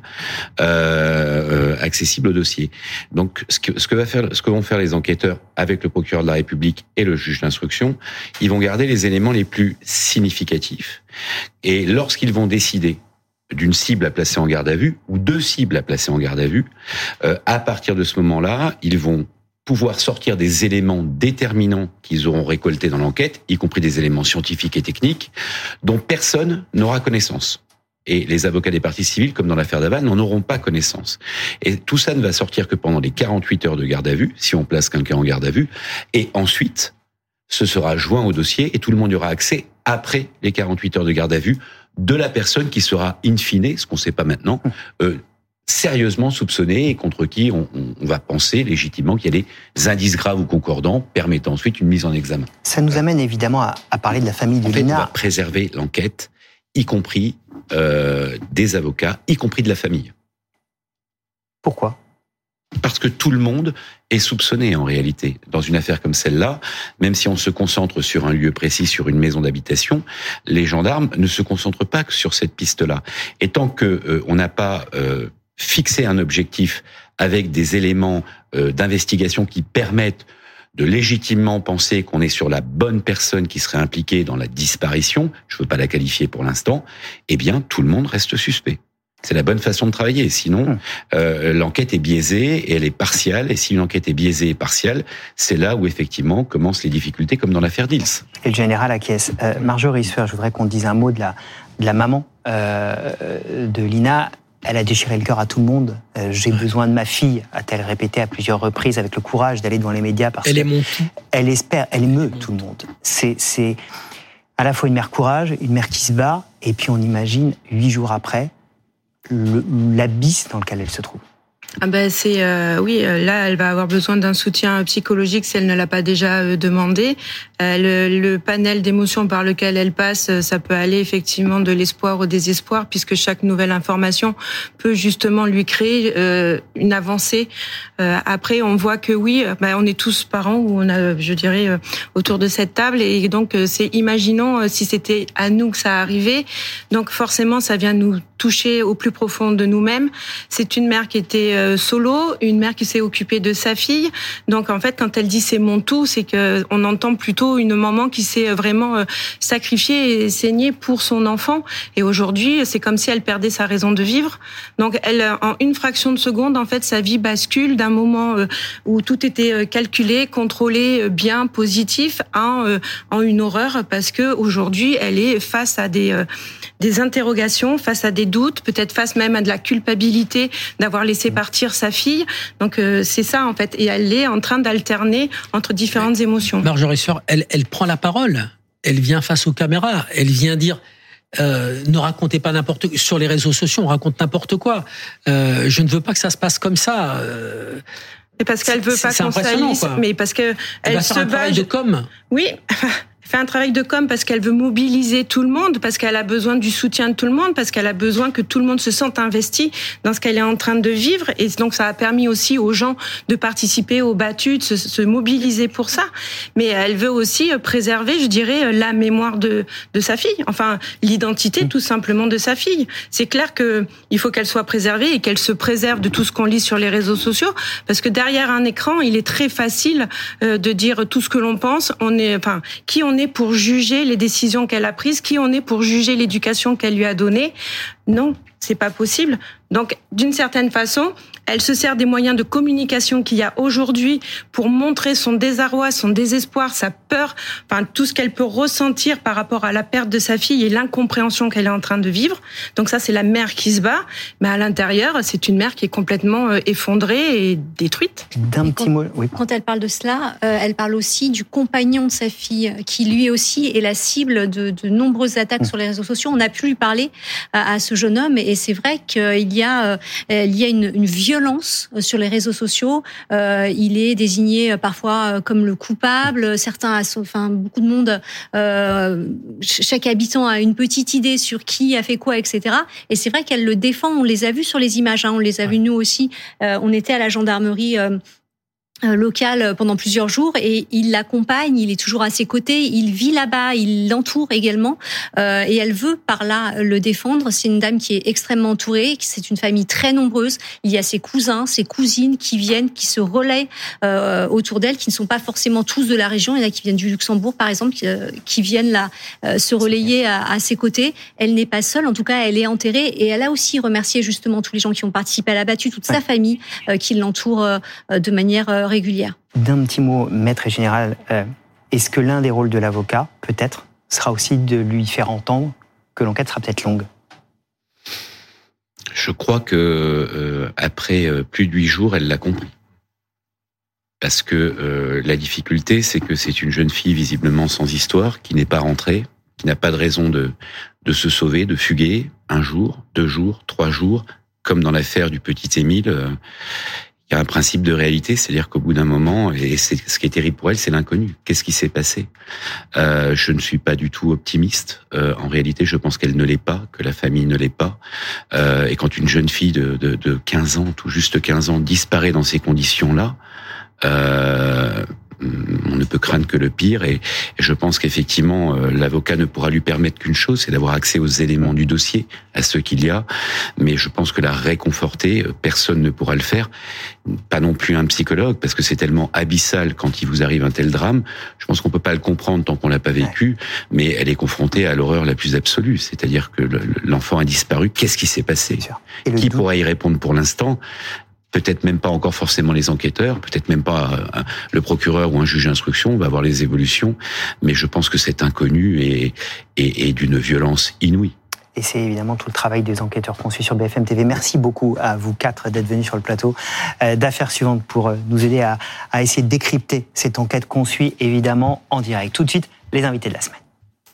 accessible au dossier. Donc, ce que vont faire les enquêteurs avec le procureur de la République et le juge d'instruction, ils vont garder les éléments les plus significatifs. Et lorsqu'ils vont décider d'une cible à placer en garde à vue ou 2 cibles à placer en garde à vue, à partir de ce moment-là, ils vont pouvoir sortir des éléments déterminants qu'ils auront récoltés dans l'enquête, y compris des éléments scientifiques et techniques, dont personne n'aura connaissance. Et les avocats des parties civiles, comme dans l'affaire Daval, n'en auront pas connaissance. Et tout ça ne va sortir que pendant les 48 heures de garde à vue, si on place quelqu'un en garde à vue, et ensuite, ce sera joint au dossier et tout le monde y aura accès après les 48 heures de garde à vue de la personne qui sera in fine, ce qu'on ne sait pas maintenant, sérieusement soupçonné et contre qui on va penser légitimement qu'il y a des indices graves ou concordants permettant ensuite une mise en examen. Ça nous amène évidemment à parler de la famille de Lina. On va préserver l'enquête, y compris des avocats, y compris de la famille. Pourquoi ? Parce que tout le monde est soupçonné en réalité. Dans une affaire comme celle-là, même si on se concentre sur un lieu précis, sur une maison d'habitation, les gendarmes ne se concentrent pas que sur cette piste-là. Et tant que on n'a pas fixer un objectif avec des éléments d'investigation qui permettent de légitimement penser qu'on est sur la bonne personne qui serait impliquée dans la disparition, je ne veux pas la qualifier pour l'instant, eh bien tout le monde reste suspect. C'est la bonne façon de travailler. Sinon, l'enquête est biaisée et elle est partiale. Et si une enquête est biaisée et partiale, c'est là où effectivement commencent les difficultés, comme dans l'affaire Dils. Et le général acquiesce. Marjorie Isfer, je voudrais qu'on dise un mot de la maman de Lina. Elle a déchiré le cœur à tout le monde. J'ai besoin de ma fille, a-t-elle répété à plusieurs reprises, avec le courage d'aller devant les médias. Parce elle est mon tout. Elle espère, elle émeut tout le monde. C'est à la fois une mère courage, une mère qui se bat, et puis on imagine, 8 jours après, l'abysse dans lequel elle se trouve. Ah ben oui, là elle va avoir besoin d'un soutien psychologique si elle ne l'a pas déjà demandé. Le panel d'émotions par lequel elle passe, ça peut aller effectivement de l'espoir au désespoir, puisque chaque nouvelle information peut justement lui créer une avancée. Après, on voit que oui, on est tous parents, ou on a, je dirais, autour de cette table, et donc c'est imaginons si c'était à nous que ça arrivait. Donc forcément, ça vient nous toucher au plus profond de nous-mêmes. C'est une mère qui était solo, une mère qui s'est occupée de sa fille. Donc en fait, quand elle dit c'est mon tout, c'est que on entend plutôt une maman qui s'est vraiment sacrifiée et saignée pour son enfant. Et aujourd'hui, c'est comme si elle perdait sa raison de vivre. Donc elle, en une fraction de seconde, en fait, sa vie bascule d'un moment où tout était calculé, contrôlé, bien, positif, en une horreur, parce que aujourd'hui, elle est face à des interrogations, face à des doutes, peut-être face même à de la culpabilité d'avoir laissé partir sa fille. Donc c'est ça en fait, et elle est en train d'alterner entre différentes émotions. Marjorie Sueur, elle prend la parole, elle vient face aux caméras, elle vient dire ne racontez pas n'importe quoi. Sur les réseaux sociaux, on raconte n'importe quoi. Je ne veux pas que ça se passe comme ça. Et parce qu'elle veut pas qu'on salisse, mais parce que elle se bat. De com. Oui. fait un travail de com parce qu'elle veut mobiliser tout le monde, parce qu'elle a besoin du soutien de tout le monde, parce qu'elle a besoin que tout le monde se sente investi dans ce qu'elle est en train de vivre. Et donc, ça a permis aussi aux gens de participer aux battues, de se mobiliser pour ça. Mais elle veut aussi préserver, je dirais, la mémoire de sa fille. Enfin, l'identité, tout simplement, de sa fille. C'est clair qu'il faut qu'elle soit préservée et qu'elle se préserve de tout ce qu'on lit sur les réseaux sociaux. Parce que derrière un écran, il est très facile de dire tout ce que l'on pense. Qui on est pour juger les décisions qu'elle a prises, qui on est pour juger l'éducation qu'elle lui a donnée. Non, c'est pas possible. Donc, d'une certaine façon, elle se sert des moyens de communication qu'il y a aujourd'hui pour montrer son désarroi, son désespoir, sa peur, tout ce qu'elle peut ressentir par rapport à la perte de sa fille et l'incompréhension qu'elle est en train de vivre. Donc ça, c'est la mère qui se bat, mais à l'intérieur, c'est une mère qui est complètement effondrée et détruite. D'un petit mot, oui. Quand elle parle de cela, elle parle aussi du compagnon de sa fille, qui lui aussi est la cible de nombreuses attaques sur les réseaux sociaux. On a pu lui parler à ce jeune homme, et c'est vrai qu'il y a une violence sur les réseaux sociaux. Il est désigné parfois comme le coupable. Certains, beaucoup de monde, chaque habitant a une petite idée sur qui a fait quoi, etc. Et c'est vrai qu'elle le défend. On les a vus sur les images, on les a vus nous aussi. On était à la gendarmerie local pendant plusieurs jours, et il l'accompagne, il est toujours à ses côtés, il vit là-bas, il l'entoure également, et elle veut par là le défendre. C'est une dame qui est extrêmement entourée, c'est une famille très nombreuse, il y a ses cousins, ses cousines qui viennent, qui se relaient autour d'elle, qui ne sont pas forcément tous de la région. Il y en a qui viennent du Luxembourg par exemple, qui viennent là se relayer à ses côtés. Elle n'est pas seule, en tout cas elle est enterrée, et elle a aussi remercié justement tous les gens qui ont participé à la battue, toute sa famille qui l'entoure de manière régulière. D'un petit mot, maître et général, est-ce que l'un des rôles de l'avocat, peut-être, sera aussi de lui faire entendre que l'enquête sera peut-être longue ? Je crois que après plus de 8 jours, elle l'a compris. Parce que la difficulté, c'est que c'est une jeune fille visiblement sans histoire, qui n'est pas rentrée, qui n'a pas de raison de se sauver, de fuguer 1 jour, 2 jours, 3 jours, comme dans l'affaire du petit Émile. Il y a un principe de réalité, c'est-à-dire qu'au bout d'un moment, et c'est ce qui est terrible pour elle, c'est l'inconnu. Qu'est-ce qui s'est passé ? Je ne suis pas du tout optimiste. En réalité, je pense qu'elle ne l'est pas, que la famille ne l'est pas. Et quand une jeune fille de 15 ans, tout juste 15 ans, disparaît dans ces conditions-là, on ne peut craindre que le pire, et je pense qu'effectivement l'avocat ne pourra lui permettre qu'une chose, c'est d'avoir accès aux éléments du dossier, à ceux qu'il y a, mais je pense que la réconforter, personne ne pourra le faire, pas non plus un psychologue, parce que c'est tellement abyssal quand il vous arrive un tel drame. Je pense qu'on peut pas le comprendre tant qu'on l'a pas vécu, mais elle est confrontée à l'horreur la plus absolue, c'est-à-dire que l'enfant a disparu. Qu'est-ce qui s'est passé ? Qui pourra y répondre pour l'instant ? Peut-être même pas encore forcément les enquêteurs, peut-être même pas le procureur ou un juge d'instruction, on va voir les évolutions, mais je pense que cet inconnu est d'une violence inouïe. Et c'est évidemment tout le travail des enquêteurs qu'on suit sur BFM TV. Merci beaucoup à vous 4 d'être venus sur le plateau d'Affaires suivantes pour nous aider à essayer de décrypter cette enquête qu'on suit évidemment en direct. Tout de suite, les invités de la semaine.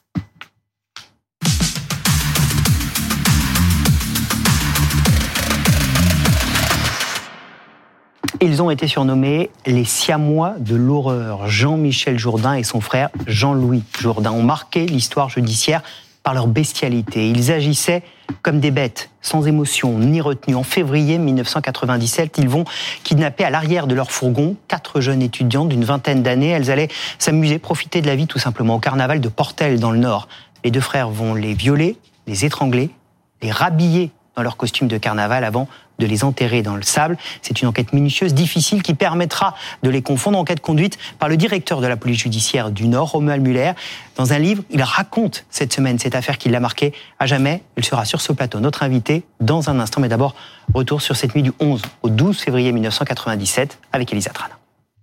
Ils ont été surnommés les Siamois de l'horreur. Jean-Michel Jourdain et son frère Jean-Louis Jourdain ont marqué l'histoire judiciaire par leur bestialité. Ils agissaient comme des bêtes, sans émotion ni retenue. En février 1997, ils vont kidnapper à l'arrière de leur fourgon 4 jeunes étudiantes d'une vingtaine d'années. Elles allaient s'amuser, profiter de la vie tout simplement au carnaval de Portel dans le Nord. Les 2 frères vont les violer, les étrangler, les rhabiller dans leur costume de carnaval avant de les enterrer dans le sable. C'est une enquête minutieuse, difficile, qui permettra de les confondre. Enquête conduite par le directeur de la police judiciaire du Nord, Romuald Muller. Dans un livre, il raconte cette semaine cette affaire qui l'a marqué à jamais. Il sera sur ce plateau, notre invité, dans un instant. Mais d'abord, retour sur cette nuit du 11 au 12 février 1997 avec Elisa Trana.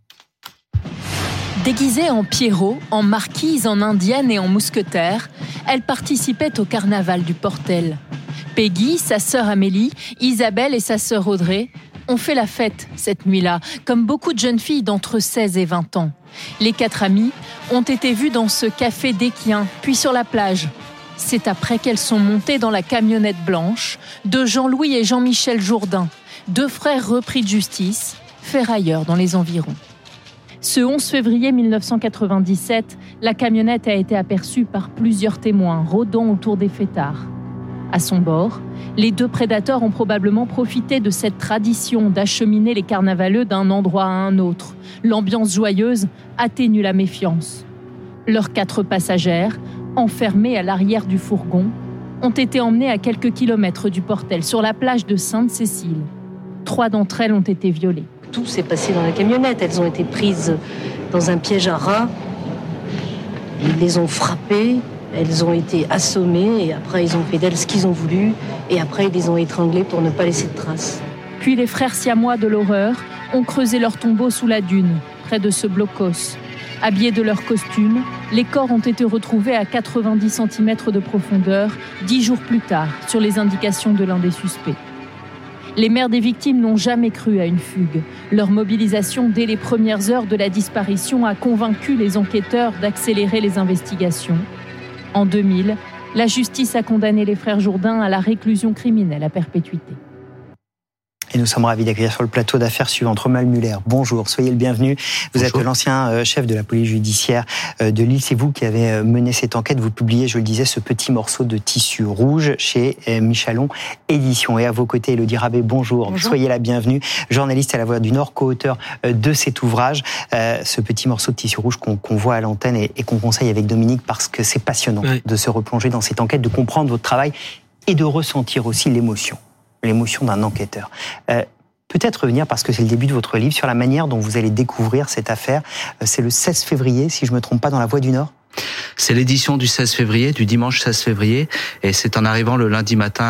Déguisée en Pierrot, en marquise, en indienne et en mousquetaire, elle participait au carnaval du Portel. Peggy, sa sœur Amélie, Isabelle et sa sœur Audrey ont fait la fête cette nuit-là, comme beaucoup de jeunes filles d'entre 16 et 20 ans. Les 4 amies ont été vues dans ce café d'Équien, puis sur la plage. C'est après qu'elles sont montées dans la camionnette blanche de Jean-Louis et Jean-Michel Jourdain, 2 frères repris de justice, ferrailleurs dans les environs. Ce 11 février 1997, la camionnette a été aperçue par plusieurs témoins rôdant autour des fêtards. À son bord, les 2 prédateurs ont probablement profité de cette tradition d'acheminer les carnavaleux d'un endroit à un autre. L'ambiance joyeuse atténue la méfiance. Leurs 4 passagères, enfermées à l'arrière du fourgon, ont été emmenées à quelques kilomètres du Portel, sur la plage de Sainte-Cécile. 3 d'entre elles ont été violées. Tout s'est passé dans la camionnette. Elles ont été prises dans un piège à rats. Ils les ont frappées, elles ont été assommées et après ils ont fait d'elles ce qu'ils ont voulu et après ils les ont étranglées pour ne pas laisser de traces. Puis les frères siamois de l'horreur ont creusé leur tombeau sous la dune, près de ce blocos. Habillés de leurs costumes, les corps ont été retrouvés à 90 cm de profondeur 10 jours plus tard, sur les indications de l'un des suspects. Les mères des victimes n'ont jamais cru à une fugue. Leur mobilisation dès les premières heures de la disparition a convaincu les enquêteurs d'accélérer les investigations. En 2000, la justice a condamné les frères Jourdain à la réclusion criminelle à perpétuité. Et nous sommes ravis d'accueillir sur le plateau d'affaires suivante Romuald Muller. Bonjour, soyez le bienvenu. Vous êtes l'ancien chef de la police judiciaire de Lille. C'est vous qui avez mené cette enquête. Vous publiez, je le disais, ce petit morceau de tissu rouge chez Michalon Éditions. Et à vos côtés, Élodie Rabet, bonjour. Soyez la bienvenue. Journaliste à La Voix du Nord, co-auteur de cet ouvrage. Ce petit morceau de tissu rouge qu'on voit à l'antenne et qu'on conseille avec Dominique parce que c'est passionnant de se replonger dans cette enquête, de comprendre votre travail et de ressentir aussi l'émotion d'un enquêteur. Peut-être revenir, parce que c'est le début de votre livre, sur la manière dont vous allez découvrir cette affaire. C'est le 16 février, si je ne me trompe pas, dans La Voix du Nord. C'est l'édition du 16 février, du dimanche 16 février, et c'est en arrivant le lundi matin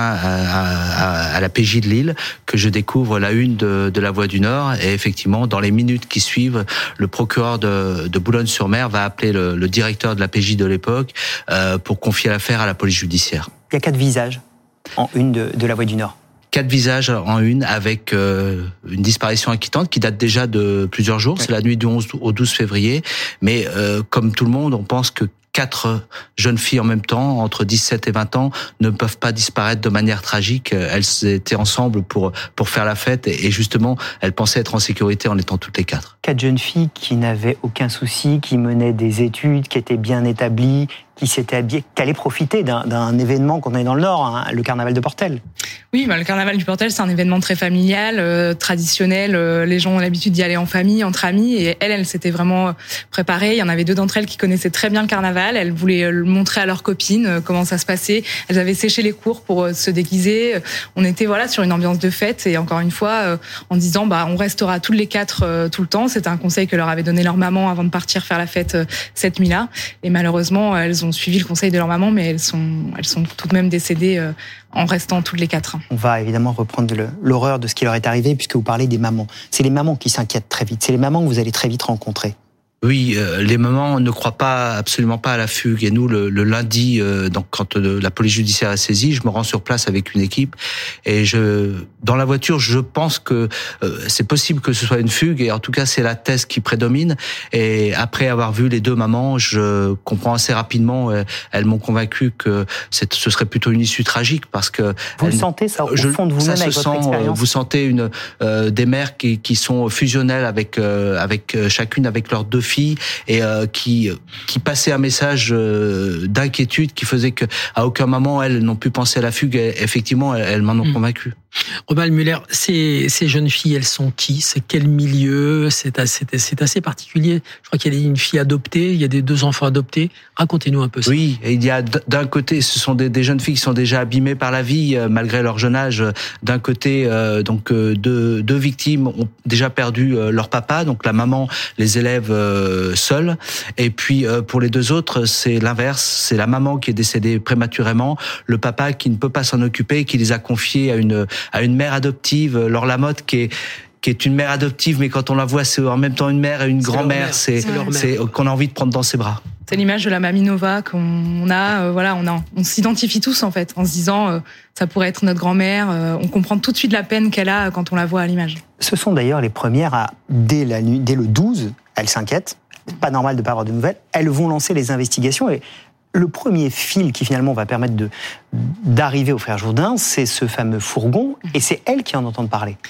à la PJ de Lille que je découvre la une de La Voix du Nord, et effectivement, dans les minutes qui suivent, le procureur de Boulogne-sur-Mer va appeler le directeur de la PJ de l'époque pour confier l'affaire à la police judiciaire. Il y a 4 visages en une de La Voix du Nord. 4 visages en une avec une disparition inquiétante qui date déjà de plusieurs jours. C'est la nuit du 11 au 12 février. Mais comme tout le monde, on pense que 4 jeunes filles en même temps, entre 17 et 20 ans, ne peuvent pas disparaître de manière tragique. Elles étaient ensemble pour faire la fête et justement, elles pensaient être en sécurité en étant toutes les 4. 4 jeunes filles qui n'avaient aucun souci, qui menaient des études, qui étaient bien établies, qui s'étaient habillées, qui allaient profiter d'un événement qu'on a dans le Nord, le carnaval de Portel. Oui, le carnaval du Portel, c'est un événement très familial, traditionnel. Les gens ont l'habitude d'y aller en famille, entre amis. Et elles s'étaient vraiment préparées. Il y en avait 2 d'entre elles qui connaissaient très bien le carnaval. Elles voulaient le montrer à leurs copines, comment ça se passait. Elles avaient séché les cours pour se déguiser. On était sur une ambiance de fête. Et encore une fois, en disant, on restera toutes les 4 tout le temps. C'était un conseil que leur avait donné leur maman avant de partir faire la fête cette nuit-là. Et malheureusement, elles ont suivi le conseil de leur maman, mais elles sont tout de même décédées en restant toutes les 4. On va évidemment reprendre l'horreur de ce qui leur est arrivé, puisque vous parlez des mamans. C'est les mamans qui s'inquiètent très vite. C'est les mamans que vous allez très vite rencontrer. Oui, les mamans ne croient absolument pas à la fugue. Et nous, le lundi, donc quand la police judiciaire est saisie, je me rends sur place avec une équipe et dans la voiture, je pense que c'est possible que ce soit une fugue et en tout cas, c'est la thèse qui prédomine. Et après avoir vu les 2 mamans, je comprends assez rapidement. Elles m'ont convaincu que ce serait plutôt une issue tragique parce que vous le sentez ça au fond de vous-même avec votre expérience. Vous sentez des mères qui sont fusionnelles avec chacune avec leurs 2 filles et qui passaient un message d'inquiétude qui faisait que à aucun moment elles n'ont pu penser à la fugue. Et effectivement, elles m'en ont convaincu. Romuald Muller, ces jeunes filles, elles sont qui? C'est quel milieu? C'est assez particulier. Je crois qu'il y a une fille adoptée, il y a 2 enfants adoptés. Racontez-nous un peu ça. Oui, il y a d'un côté, ce sont des jeunes filles qui sont déjà abîmées par la vie malgré leur jeune âge. D'un côté, donc 2 victimes ont déjà perdu leur papa, donc la maman les élève seuls. Et puis pour les 2 autres, c'est l'inverse. C'est la maman qui est décédée prématurément, le papa qui ne peut pas s'en occuper, qui les a confiés à une mère adoptive, Laure Lamotte, qui est une mère adoptive, mais quand on la voit, c'est en même temps une mère et une grand-mère. C'est qu'on a envie de prendre dans ses bras. C'est l'image de la mamie Nova qu'on a. On s'identifie tous en fait, en se disant ça pourrait être notre grand-mère. On comprend tout de suite la peine qu'elle a quand on la voit à l'image. Ce sont d'ailleurs les premières à, dès le 12, elles s'inquiètent. C'est pas normal de pas avoir de nouvelles. Elles vont lancer les investigations et le premier fil qui finalement va permettre d'arriver aux frères Jourdain, c'est ce fameux fourgon, et c'est elles qui en entendent parler.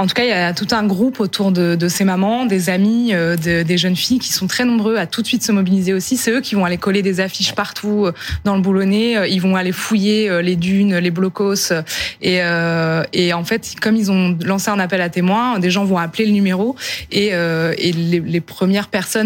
En tout cas, il y a tout un groupe autour de ces mamans, des amis, des jeunes filles qui sont très nombreux à tout de suite se mobiliser aussi. C'est eux qui vont aller coller des affiches partout dans le Boulonnais. Ils vont aller fouiller les dunes, les blocos. Et en fait, comme ils ont lancé un appel à témoins, des gens vont appeler le numéro et les premières personnes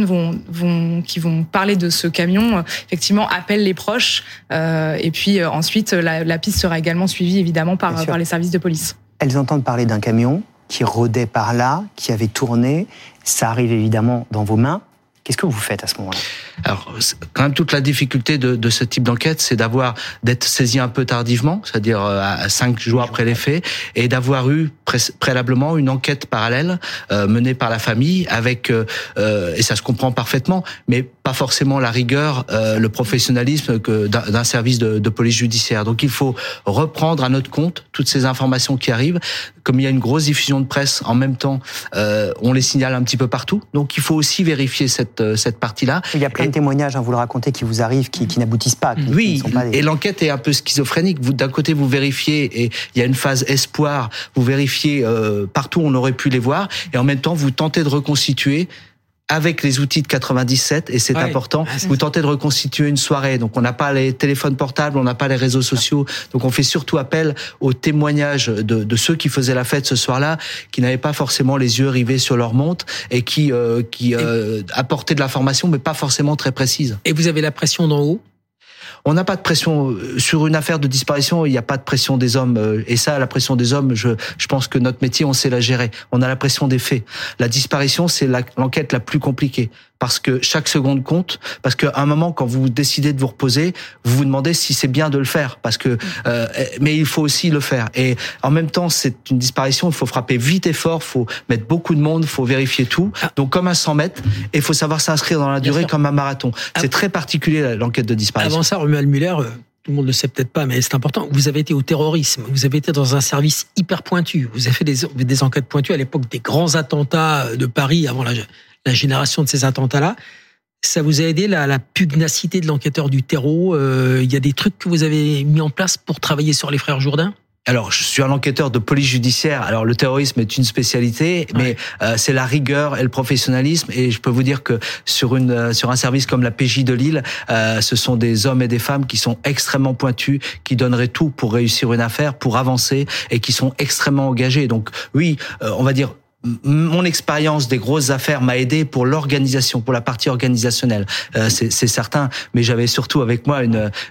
qui vont parler de ce camion, effectivement, appellent les proches. Et puis ensuite, la piste sera également suivie évidemment par les services de police. Elles entendent parler d'un camion qui rôdait par là, qui avait tourné. Ça arrive évidemment dans vos mains. Qu'est-ce que vous faites à ce moment-là ? Alors, quand même, toute la difficulté de ce type d'enquête, c'est d'être saisi un peu tardivement, c'est-à-dire à 5 jours après les faits, et d'avoir eu préalablement une enquête parallèle menée par la famille avec, et ça se comprend parfaitement, mais pas forcément la rigueur, le professionnalisme d'un service de police judiciaire. Donc, il faut reprendre à notre compte toutes ces informations qui arrivent. Comme il y a une grosse diffusion de presse en même temps, on les signale un petit peu partout. Donc, il faut aussi vérifier cette partie-là. Il y a plein de témoignages, vous le racontez, qui vous arrivent, qui n'aboutissent pas. Oui, et l'enquête est un peu schizophrénique. D'un côté, vous vérifiez, et il y a une phase espoir, vous vérifiez partout où on aurait pu les voir, et en même temps, vous tentez de reconstituer avec les outils de 97, et c'est important, vous tentez de reconstituer une soirée. Donc on n'a pas les téléphones portables, on n'a pas les réseaux sociaux, donc on fait surtout appel aux témoignages de ceux qui faisaient la fête ce soir-là, qui n'avaient pas forcément les yeux rivés sur leur montre, et qui apportaient de l'information, mais pas forcément très précise. Et vous avez la pression d'en haut ? On n'a pas de pression sur une affaire de disparition. Il n'y a pas de pression des hommes. Et ça, la pression des hommes, je pense que notre métier, on sait la gérer. On a la pression des faits. La disparition, c'est l'enquête la plus compliquée. Parce que chaque seconde compte. Parce qu'à un moment, quand vous décidez de vous reposer, vous vous demandez si c'est bien de le faire. Parce que, mais il faut aussi le faire. Et en même temps, c'est une disparition. Il faut frapper vite et fort. Il faut mettre beaucoup de monde. Il faut vérifier tout. Donc, comme un 100 mètres. Et il faut savoir s'inscrire dans la durée comme un marathon. C'est très particulier, l'enquête de disparition. Avant ça, Romuald Muller, tout le monde ne le sait peut-être pas, mais c'est important. Vous avez été au terrorisme. Vous avez été dans un service hyper pointu. Vous avez fait des enquêtes pointues à l'époque des grands attentats de Paris, avant la génération de ces attentats-là. Ça vous a aidé la pugnacité de l'enquêteur du terreau. Il y a des trucs que vous avez mis en place pour travailler sur les frères Jourdain ? Alors, je suis un enquêteur de police judiciaire. Alors, le terrorisme est une spécialité, mais c'est la rigueur et le professionnalisme. Et je peux vous dire que sur un service comme la PJ de Lille, ce sont des hommes et des femmes qui sont extrêmement pointus, qui donneraient tout pour réussir une affaire, pour avancer, et qui sont extrêmement engagés. Donc, oui, on va dire, mon expérience des grosses affaires m'a aidé pour l'organisation, pour la partie organisationnelle, c'est certain. Mais j'avais surtout avec moi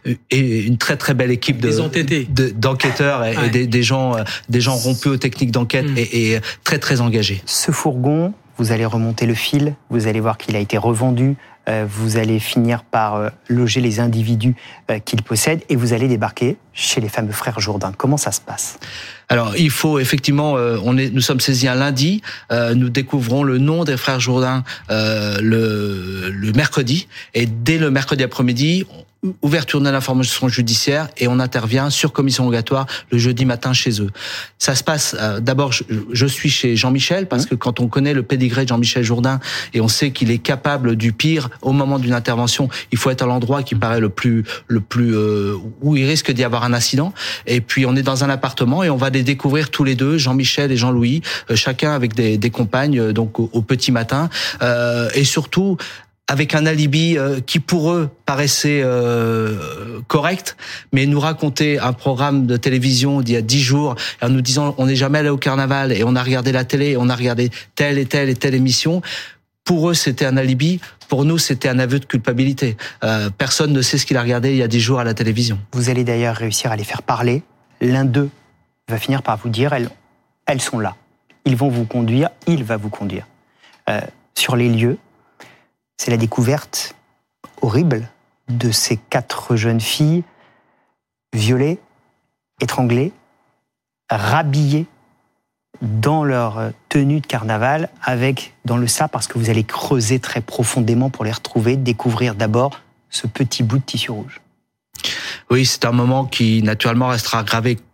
une très très belle équipe d'enquêteurs et des gens rompus aux techniques d'enquête et très très engagés. Ce fourgon, vous allez remonter le fil, vous allez voir qu'il a été revendu. Vous allez finir par loger les individus qu'il possède et vous allez débarquer chez les fameux frères Jourdain. Comment ça se passe ? Alors, il faut effectivement, nous sommes saisis un lundi, nous découvrons le nom des frères Jourdain le mercredi, et dès le mercredi après-midi, ouverture de l'information judiciaire, et on intervient sur commission rogatoire le jeudi matin chez eux. Ça se passe, d'abord, je suis chez Jean-Michel, parce que quand on connaît le pédigré de Jean-Michel Jourdain, et on sait qu'il est capable du pire au moment d'une intervention, il faut être à l'endroit qui paraît le plus où il risque d'y avoir un incident. Et puis on est dans un appartement et on va les découvrir tous les deux, Jean-Michel et Jean-Louis, chacun avec des compagnes, donc au petit matin, et surtout avec un alibi qui pour eux paraissait correct, mais nous raconter un programme de télévision d'il y a 10 jours, en nous disant on n'est jamais allé au carnaval et on a regardé la télé, on a regardé telle et telle et telle émission. Pour eux, c'était un alibi. Pour nous, c'était un aveu de culpabilité. Personne ne sait ce qu'il a regardé il y a 10 jours à la télévision. Vous allez d'ailleurs réussir à les faire parler. L'un d'eux va finir par vous dire, elles sont là. Ils vont vous conduire, il va vous conduire. Sur les lieux, c'est la découverte horrible de ces 4 jeunes filles violées, étranglées, rhabillées dans leur tenue de carnaval, avec dans le sable, parce que vous allez creuser très profondément pour les retrouver, découvrir d'abord ce petit bout de tissu rouge. Oui, c'est un moment qui naturellement restera gravé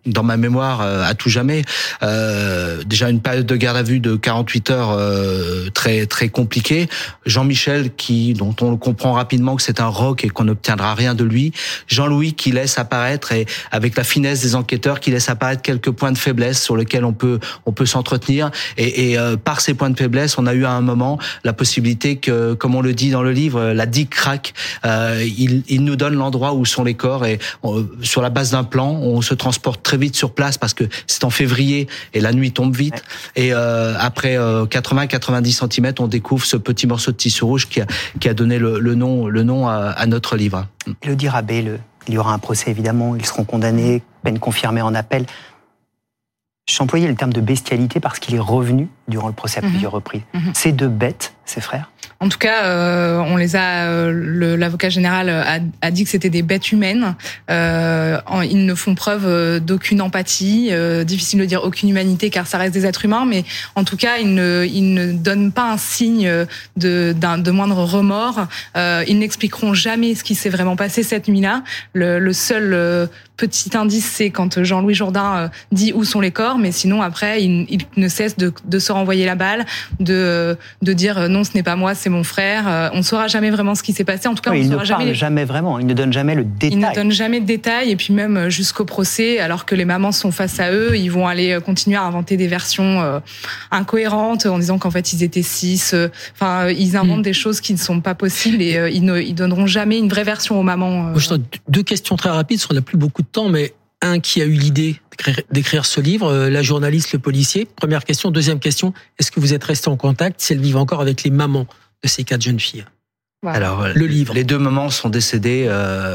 dans ma mémoire à tout jamais. Déjà une période de garde à vue de 48 heures très très compliquée. Jean-Michel dont on comprend rapidement que c'est un roc et qu'on n'obtiendra rien de lui. Jean-Louis qui laisse apparaître, et avec la finesse des enquêteurs, qui laisse apparaître quelques points de faiblesse sur lesquels on peut s'entretenir. Et par ces points de faiblesse, on a eu à un moment la possibilité que, comme on le dit dans le livre, la digue craque. Il nous donne l'endroit où sont les corps, et sur la base d'un plan, on se transporte très vite sur place parce que c'est en février et la nuit tombe vite. Ouais. Et après 80-90 cm, on découvre ce petit morceau de tissu rouge qui a donné le nom à notre livre. Élodie Rabet, il y aura un procès évidemment, ils seront condamnés, peine confirmée en appel. J'ai employé le terme de bestialité parce qu'il est revenu durant le procès à plusieurs reprises. Ces deux bêtes, ses frères. En tout cas, on les a. L'avocat général a dit que c'était des bêtes humaines. Ils ne font preuve d'aucune empathie. Difficile de dire aucune humanité, car ça reste des êtres humains. Mais en tout cas, ils ne donnent pas un signe de moindre remords. Ils n'expliqueront jamais ce qui s'est vraiment passé cette nuit-là. Le seul petit indice, c'est quand Jean-Louis Jourdain dit où sont les corps. Mais sinon, après, il ne cesse de se renvoyer la balle, de dire non, ce n'est pas moi, c'est mon frère. On ne saura jamais vraiment ce qui s'est passé. En tout cas, il ne parle jamais vraiment. Il ne donne jamais le détail. Il ne donne jamais de détails. Et puis même jusqu'au procès, alors que les mamans sont face à eux, ils vont aller continuer à inventer des versions incohérentes en disant qu'en fait ils étaient 6. Enfin, ils inventent des choses qui ne sont pas possibles, et ils donneront jamais une vraie version aux mamans. Deux questions très rapides, parce qu'on n'a plus beaucoup de temps, mais un qui a eu l'idée d'écrire ce livre, la journaliste, le policier. Première question. Deuxième question, est-ce que vous êtes resté en contact, si elles vivent encore, avec les mamans de ces 4 jeunes filles? Voilà. Alors, le livre. Les 2 mamans sont décédées,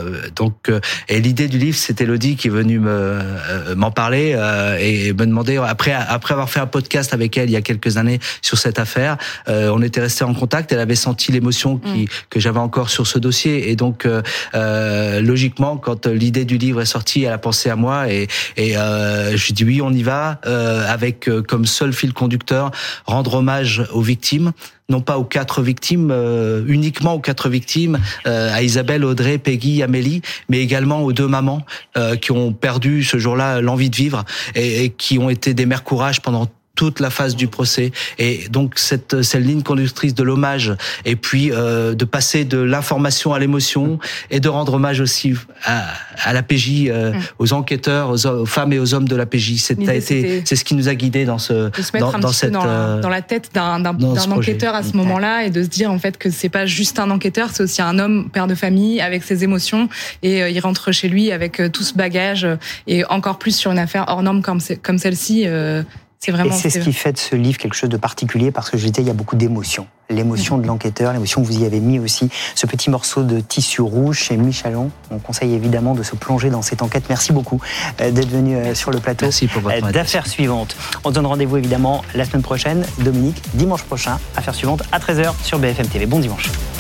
et l'idée du livre, c'est Élodie qui est venue m'en parler et me demander, après avoir fait un podcast avec elle il y a quelques années sur cette affaire, on était restés en contact. Elle avait senti l'émotion que j'avais encore sur ce dossier, et donc logiquement, quand l'idée du livre est sortie, elle a pensé à moi, et je lui dis oui, on y va, avec comme seul fil conducteur rendre hommage aux victimes. Non pas aux 4 victimes, uniquement aux 4 victimes, à Isabelle, Audrey, Peggy, Amélie, mais également aux 2 mamans qui ont perdu ce jour-là l'envie de vivre, et qui ont été des mères courage pendant toute la phase du procès. Et donc cette ligne conductrice de l'hommage, et puis de passer de l'information à l'émotion, et de rendre hommage aussi à la PJ, aux enquêteurs, aux femmes et aux hommes de la PJ. C'est ce qui nous a guidés dans ce de se mettre dans la tête d'un enquêteur à ce moment-là, et de se dire en fait que c'est pas juste un enquêteur, c'est aussi un homme, père de famille, avec ses émotions, et il rentre chez lui avec tout ce bagage, et encore plus sur une affaire hors norme comme celle-ci. C'est ce qui fait de ce livre quelque chose de particulier, parce que je disais, il y a beaucoup d'émotions. L'émotion de l'enquêteur, l'émotion que vous y avez mis aussi, ce petit morceau de tissu rouge chez Michelon. On conseille évidemment de se plonger dans cette enquête. Merci beaucoup d'être venu sur le plateau d'Affaires suivantes. On se donne rendez-vous évidemment la semaine prochaine, Dominique, dimanche prochain, Affaires suivantes à 13h sur BFM TV. Bon dimanche.